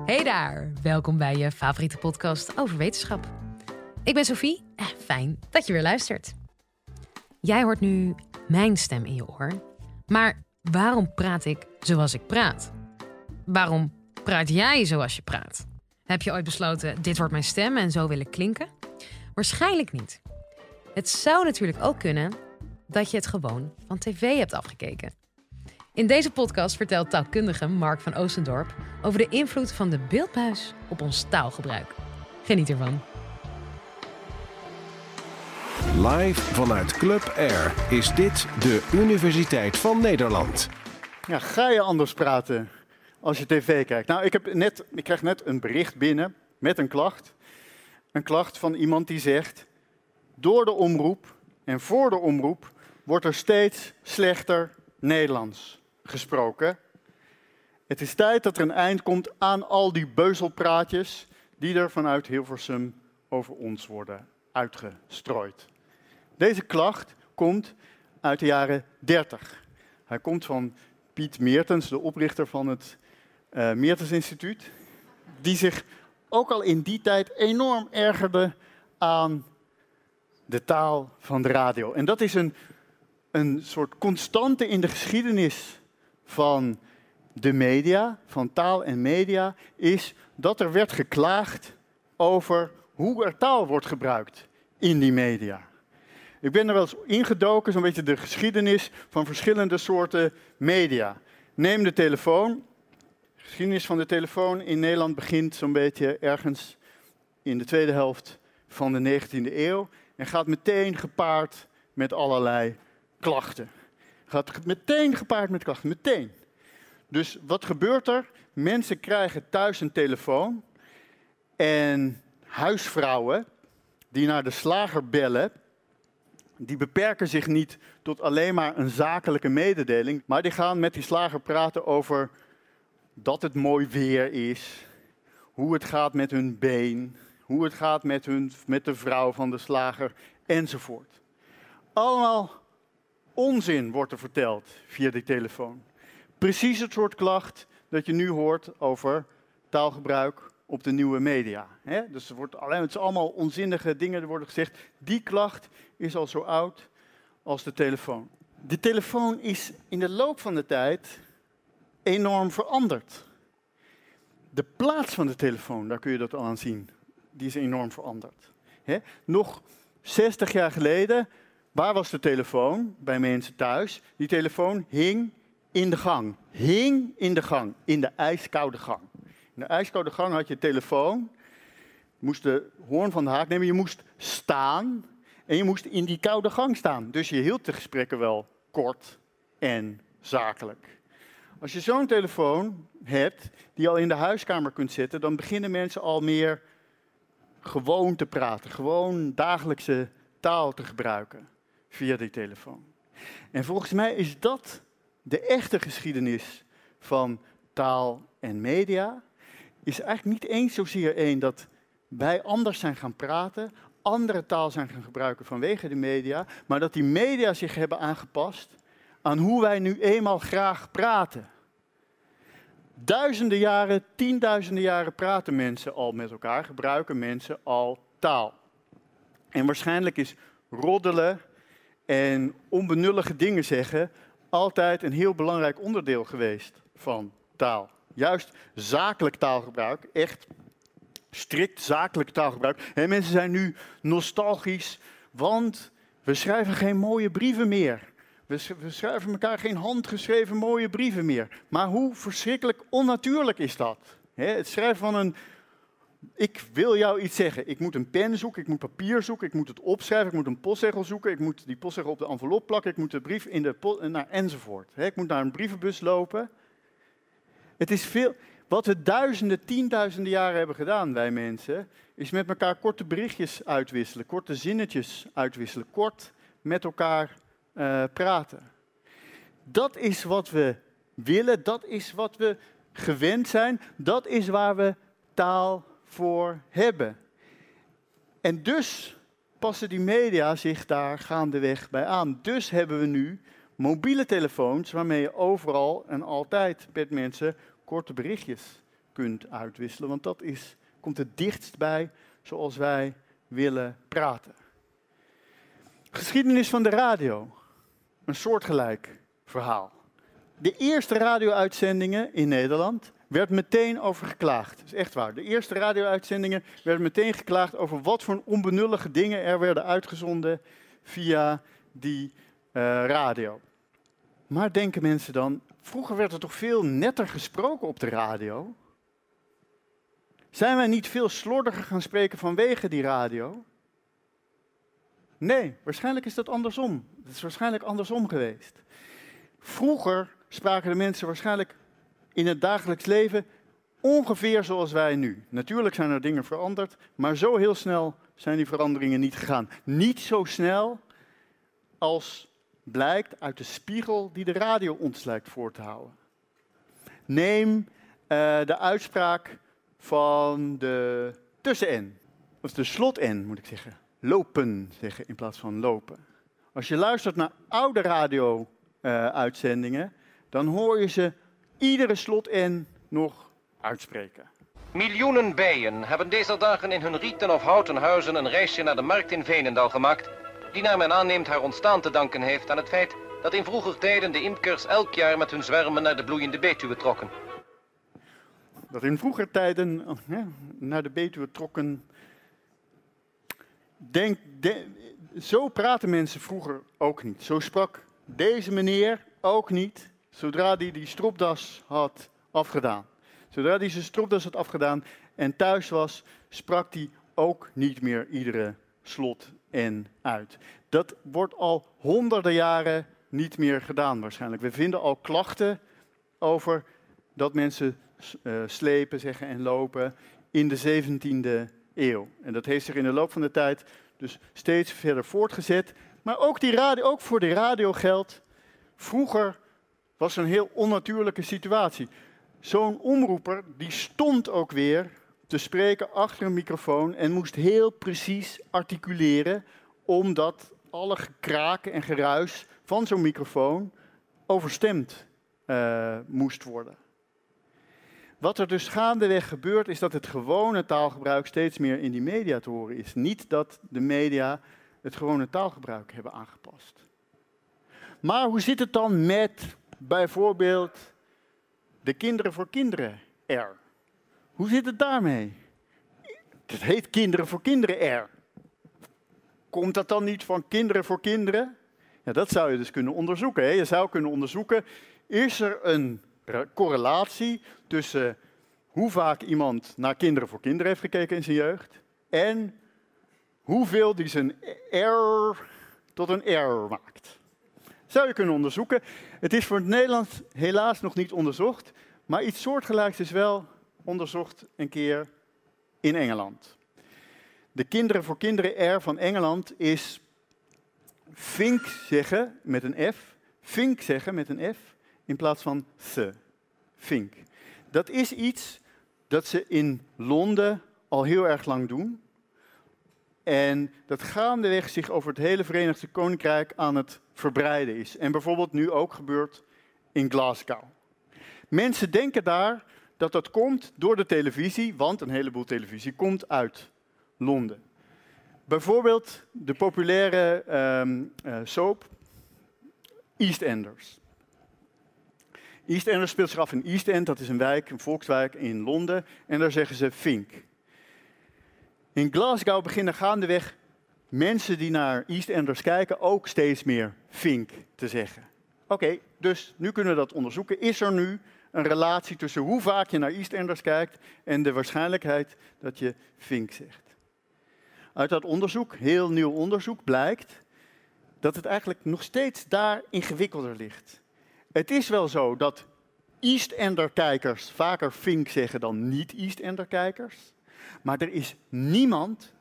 Hey daar, welkom bij je favoriete podcast over wetenschap. Ik ben Sophie, fijn dat je weer luistert. Jij hoort nu mijn stem in je oor, maar waarom praat ik zoals ik praat? Waarom praat jij zoals je praat? Heb je ooit besloten, dit wordt mijn stem en zo wil ik klinken? Waarschijnlijk niet. Het zou natuurlijk ook kunnen dat je het gewoon van tv hebt afgekeken. In deze podcast vertelt taalkundige Mark van Oostendorp over de invloed van de beeldbuis op ons taalgebruik. Geniet ervan. Live vanuit Club Air is dit de Universiteit van Nederland. Ja, ga je anders praten als je tv kijkt? Nou, ik krijg net een bericht binnen met een klacht. Een klacht van iemand die zegt: door de omroep en voor de omroep wordt er steeds slechter Nederlands gesproken. Het is tijd dat er een eind komt aan al die beuzelpraatjes die er vanuit Hilversum over ons worden uitgestrooid. Deze klacht komt uit de jaren 30. Hij komt van Piet Meertens, de oprichter van het Meertens Instituut, die zich ook al in die tijd enorm ergerde aan de taal van de radio. En dat is een soort constante in de geschiedenis van de media, van taal en media, is dat er werd geklaagd over hoe er taal wordt gebruikt in die media. Ik ben er wel eens ingedoken, zo'n beetje de geschiedenis van verschillende soorten media. Neem de telefoon. De geschiedenis van de telefoon in Nederland begint zo'n beetje ergens in de tweede helft van de 19e eeuw en gaat meteen gepaard met allerlei klachten. Gaat meteen gepaard met klachten, meteen. Dus wat gebeurt er? Mensen krijgen thuis een telefoon en huisvrouwen die naar de slager bellen, die beperken zich niet tot alleen maar een zakelijke mededeling, maar die gaan met die slager praten over dat het mooi weer is, hoe het gaat met hun been, hoe het gaat met de vrouw van de slager, enzovoort. Allemaal onzin wordt er verteld via die telefoon. Precies het soort klacht dat je nu hoort over taalgebruik op de nieuwe media. Dus het zijn allemaal onzinnige dingen die worden gezegd. Die klacht is al zo oud als de telefoon. De telefoon is in de loop van de tijd enorm veranderd. De plaats van de telefoon, daar kun je dat al aan zien, die is enorm veranderd. Nog 60 jaar geleden, waar was de telefoon bij mensen thuis? Die telefoon hing in de gang. Hing in de gang, in de ijskoude gang. In de ijskoude gang had je telefoon. Je moest de hoorn van de haak nemen. Je moest staan en je moest in die koude gang staan. Dus je hield de gesprekken wel kort en zakelijk. Als je zo'n telefoon hebt, die je al in de huiskamer kunt zetten, dan beginnen mensen al meer gewoon te praten. Gewoon dagelijkse taal te gebruiken via die telefoon. En volgens mij is dat de echte geschiedenis van taal en media. Is eigenlijk niet eens zozeer dat wij anders zijn gaan praten, andere taal zijn gaan gebruiken vanwege de media, maar dat die media zich hebben aangepast aan hoe wij nu eenmaal graag praten. Duizenden jaren, tienduizenden jaren praten mensen al met elkaar, gebruiken mensen al taal. En waarschijnlijk is roddelen en onbenullige dingen zeggen altijd een heel belangrijk onderdeel geweest van taal. Juist zakelijk taalgebruik, echt strikt zakelijk taalgebruik. Mensen zijn nu nostalgisch, want we schrijven geen mooie brieven meer. We schrijven elkaar geen handgeschreven mooie brieven meer. Maar hoe verschrikkelijk onnatuurlijk is dat? Het schrijven van een: ik wil jou iets zeggen. Ik moet een pen zoeken, ik moet papier zoeken, ik moet het opschrijven, ik moet een postzegel zoeken, ik moet die postzegel op de envelop plakken, ik moet de brief in de enzovoort. Ik moet naar een brievenbus lopen. Het is veel. Wat we duizenden, tienduizenden jaren hebben gedaan, wij mensen, is met elkaar korte berichtjes uitwisselen, korte zinnetjes uitwisselen, kort met elkaar praten. Dat is wat we willen, dat is wat we gewend zijn, dat is waar we taal voor hebben. En dus passen die media zich daar gaandeweg bij aan. Dus hebben we nu mobiele telefoons waarmee je overal en altijd met mensen korte berichtjes kunt uitwisselen. Want dat komt het dichtst bij zoals wij willen praten. Geschiedenis van de radio. Een soortgelijk verhaal. De eerste radio-uitzendingen in Nederland werd meteen over geklaagd. Dat is echt waar. De eerste radio-uitzendingen werden meteen geklaagd over wat voor onbenullige dingen er werden uitgezonden via die radio. Maar denken mensen dan, vroeger werd er toch veel netter gesproken op de radio? Zijn wij niet veel slordiger gaan spreken vanwege die radio? Nee, waarschijnlijk is dat andersom. Het is waarschijnlijk andersom geweest. Vroeger spraken de mensen waarschijnlijk in het dagelijks leven ongeveer zoals wij nu. Natuurlijk zijn er dingen veranderd, maar zo heel snel zijn die veranderingen niet gegaan. Niet zo snel als blijkt uit de spiegel die de radio ons lijkt voor te houden. Neem de uitspraak van de tussen-N, of de slot-N moet ik zeggen. Lopen zeggen in plaats van lopen. Als je luistert naar oude radio-uitzendingen, dan hoor je ze iedere slot-N nog uitspreken. Miljoenen bijen hebben deze dagen in hun rieten of houten huizen een reisje naar de markt in Veenendaal gemaakt, die naar men aanneemt haar ontstaan te danken heeft aan het feit dat in vroeger tijden de imkers elk jaar met hun zwermen naar de bloeiende Betuwe trokken. Dat in vroeger tijden naar de Betuwe trokken. Zo praten mensen vroeger ook niet. Zo sprak deze meneer ook niet, zodra hij die stropdas had afgedaan. Zodra hij zijn stropdas had afgedaan en thuis was, sprak hij ook niet meer iedere slot en uit. Dat wordt al honderden jaren niet meer gedaan waarschijnlijk. We vinden al klachten over dat mensen slepen zeggen en lopen in de 17e eeuw. En dat heeft zich in de loop van de tijd dus steeds verder voortgezet. Maar ook voor de radio geldt, vroeger was een heel onnatuurlijke situatie. Zo'n omroeper die stond ook weer te spreken achter een microfoon en moest heel precies articuleren, omdat alle gekraken en geruis van zo'n microfoon overstemd moest worden. Wat er dus gaandeweg gebeurt, is dat het gewone taalgebruik steeds meer in die media te horen is. Niet dat de media het gewone taalgebruik hebben aangepast. Maar hoe zit het dan met bijvoorbeeld de Kinderen voor Kinderen R? Hoe zit het daarmee? Het heet Kinderen voor Kinderen R. Komt dat dan niet van Kinderen voor Kinderen? Ja, dat zou je dus kunnen onderzoeken. Hè? Je zou kunnen onderzoeken, is er een correlatie tussen hoe vaak iemand naar Kinderen voor Kinderen heeft gekeken in zijn jeugd en hoeveel die zijn R tot een R maakt. Zou je kunnen onderzoeken. Het is voor het Nederlands helaas nog niet onderzocht, maar iets soortgelijks is wel onderzocht een keer in Engeland. De Kinderen voor Kinderen R van Engeland is think zeggen met een F, think zeggen met een F, in plaats van the. Think. Dat is iets dat ze in Londen al heel erg lang doen. En dat gaandeweg zich over het hele Verenigd Koninkrijk aan het verbreiden is. En bijvoorbeeld nu ook gebeurt in Glasgow. Mensen denken daar dat dat komt door de televisie, want een heleboel televisie komt uit Londen. Bijvoorbeeld de populaire soap EastEnders. EastEnders speelt zich af in East End, dat is een wijk, een volkswijk in Londen. En daar zeggen ze think. In Glasgow beginnen gaandeweg mensen die naar EastEnders kijken ook steeds meer think te zeggen. Oké, dus nu kunnen we dat onderzoeken. Is er nu een relatie tussen hoe vaak je naar EastEnders kijkt en de waarschijnlijkheid dat je think zegt? Uit dat onderzoek, heel nieuw onderzoek, blijkt dat het eigenlijk nog steeds daar ingewikkelder ligt. Het is wel zo dat EastEnder-kijkers vaker think zeggen dan niet-EastEnder-kijkers. Maar er is niemand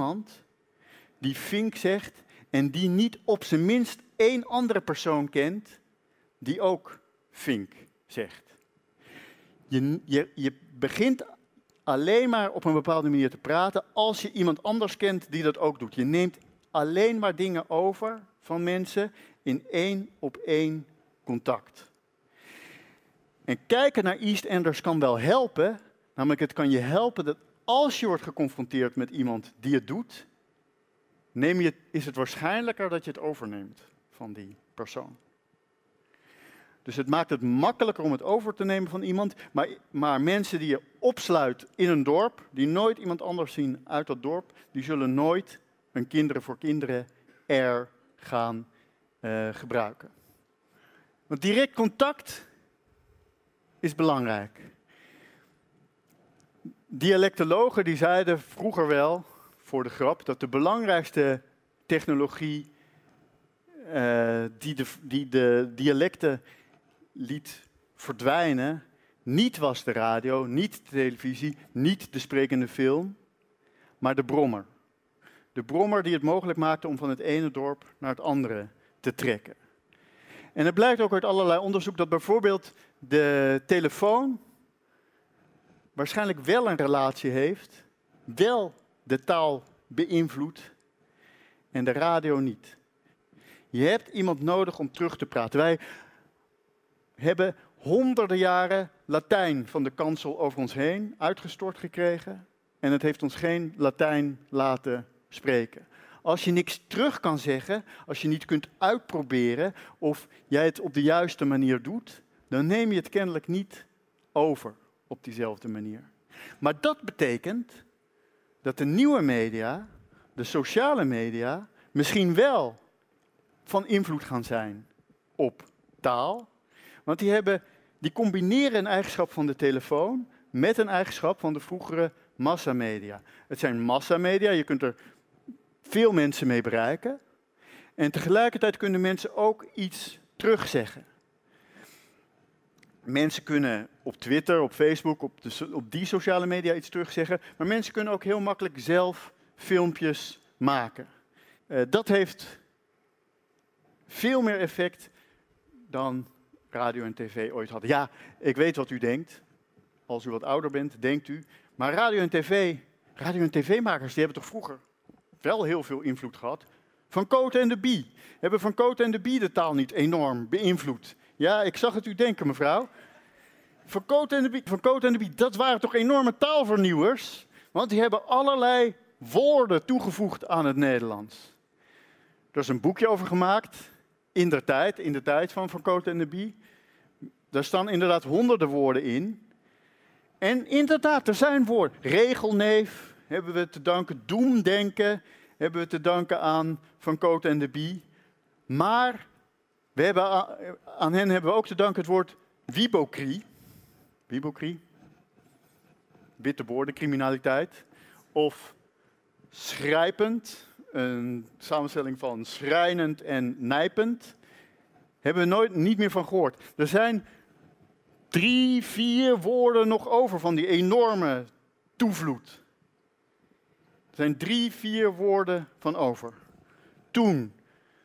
die think zegt en die niet op zijn minst één andere persoon kent die ook think zegt. Je begint alleen maar op een bepaalde manier te praten als je iemand anders kent die dat ook doet. Je neemt alleen maar dingen over van mensen in 1-op-1 contact. En kijken naar EastEnders kan wel helpen, Namelijk, het kan je helpen dat als je wordt geconfronteerd met iemand die het doet, is het waarschijnlijker dat je het overneemt van die persoon. Dus het maakt het makkelijker om het over te nemen van iemand. Maar mensen die je opsluit in een dorp, die nooit iemand anders zien uit dat dorp, die zullen nooit een kinderen voor kinderen gaan gebruiken. Want direct contact is belangrijk. Dialectologen die zeiden vroeger wel, voor de grap, dat de belangrijkste technologie die de dialecten liet verdwijnen, niet was de radio, niet de televisie, niet de sprekende film, maar de brommer. De brommer die het mogelijk maakte om van het ene dorp naar het andere te trekken. En het blijkt ook uit allerlei onderzoek dat bijvoorbeeld de telefoon waarschijnlijk wel een relatie heeft, wel de taal beïnvloedt en de radio niet. Je hebt iemand nodig om terug te praten. Wij hebben honderden jaren Latijn van de kansel over ons heen uitgestort gekregen en het heeft ons geen Latijn laten spreken. Als je niks terug kan zeggen, als je niet kunt uitproberen of jij het op de juiste manier doet, dan neem je het kennelijk niet over op diezelfde manier. Maar dat betekent dat de nieuwe media, de sociale media, misschien wel van invloed gaan zijn op taal. Want die combineren een eigenschap van de telefoon met een eigenschap van de vroegere massamedia. Het zijn massamedia, je kunt er veel mensen mee bereiken. En tegelijkertijd kunnen mensen ook iets terugzeggen. Mensen kunnen op Twitter, op Facebook, op die sociale media iets terugzeggen. Maar mensen kunnen ook heel makkelijk zelf filmpjes maken. Dat heeft veel meer effect dan radio en tv ooit hadden. Ja, ik weet wat u denkt. Als u wat ouder bent, denkt u. Maar radio en tv-makers, die hebben toch vroeger wel heel veel invloed gehad. Van Cote en de Bie. Hebben Van Cote en de Bie de taal niet enorm beïnvloed? Ja, ik zag het u denken, mevrouw. Van Cote en de Bie, dat waren toch enorme taalvernieuwers? Want die hebben allerlei woorden toegevoegd aan het Nederlands. Er is een boekje over gemaakt, in de tijd van Cote en de Bie. Daar staan inderdaad honderden woorden in. En inderdaad, er zijn woorden. Regelneef hebben we te danken, doemdenken hebben we te danken aan Van Cote en de Bie. Maar aan hen hebben we ook te danken het woord wibocrie. Wibocrie. Witte woorden, criminaliteit. Of schrijpend. Een samenstelling van schrijnend en nijpend. Hebben we niet meer van gehoord. Er zijn 3, 4 woorden nog over van die enorme toevloed. Er zijn 3, 4 woorden van over. Toen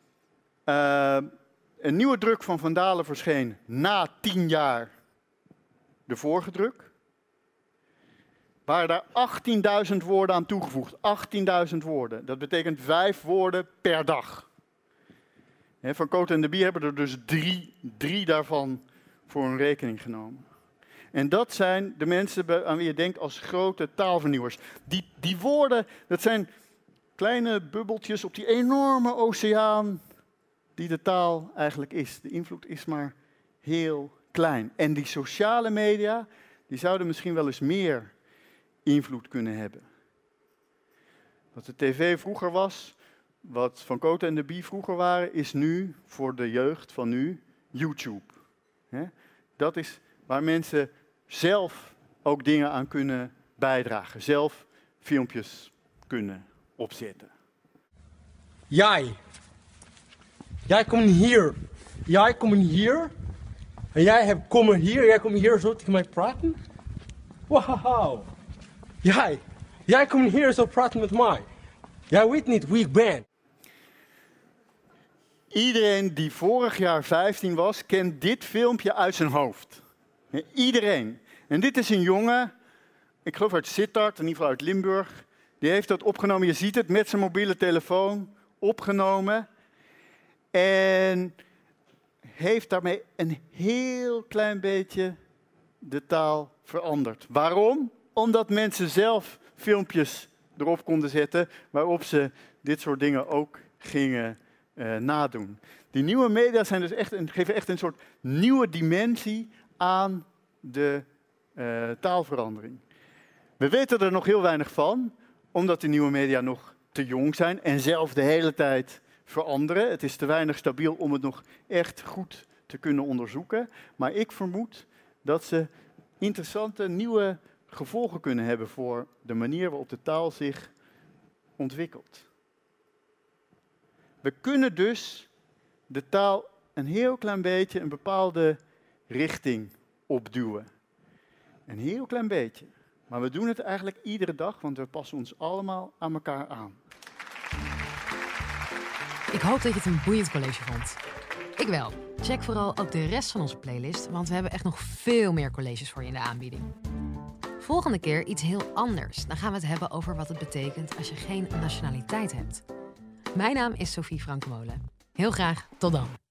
een nieuwe druk van Van Dalen verscheen na 10 jaar de vorige druk, waren daar 18.000 woorden aan toegevoegd. 18.000 woorden. Dat betekent 5 woorden per dag. Van Cote en de Bie hebben er dus 3 daarvan voor hun rekening genomen. En dat zijn de mensen aan wie je denkt als grote taalvernieuwers. Die woorden, dat zijn kleine bubbeltjes op die enorme oceaan die de taal eigenlijk is. De invloed is maar heel klein. En die sociale media, die zouden misschien wel eens meer invloed kunnen hebben. Wat de tv vroeger was, wat Van Cote en de Bie vroeger waren, is nu voor de jeugd van nu YouTube. Dat is waar mensen zelf ook dingen aan kunnen bijdragen. Zelf filmpjes kunnen opzetten. Jij komt hier. Jij komt hier. En jij komt hier zo tegen mij praten. Wauw. Jij komt hier zo praten met mij. Jij weet niet wie ik ben. Iedereen die vorig jaar 15 was, kent dit filmpje uit zijn hoofd. Ja, iedereen. En dit is een jongen, ik geloof uit Sittard, in ieder geval uit Limburg. Die heeft dat opgenomen, je ziet het, met zijn mobiele telefoon opgenomen. En heeft daarmee een heel klein beetje de taal veranderd. Waarom? Omdat mensen zelf filmpjes erop konden zetten waarop ze dit soort dingen ook gingen nadoen. Die nieuwe media zijn dus geven echt een soort nieuwe dimensie aan de taalverandering. We weten er nog heel weinig van, omdat de nieuwe media nog te jong zijn en zelf de hele tijd veranderen. Het is te weinig stabiel om het nog echt goed te kunnen onderzoeken. Maar ik vermoed dat ze interessante nieuwe gevolgen kunnen hebben voor de manier waarop de taal zich ontwikkelt. We kunnen dus de taal een heel klein beetje een bepaalde richting opduwen. Een heel klein beetje. Maar we doen het eigenlijk iedere dag, want we passen ons allemaal aan elkaar aan. Ik hoop dat je het een boeiend college vond. Ik wel. Check vooral ook de rest van onze playlist, want we hebben echt nog veel meer colleges voor je in de aanbieding. Volgende keer iets heel anders. Dan gaan we het hebben over wat het betekent als je geen nationaliteit hebt. Mijn naam is Sophie Frankmolen. Heel graag tot dan.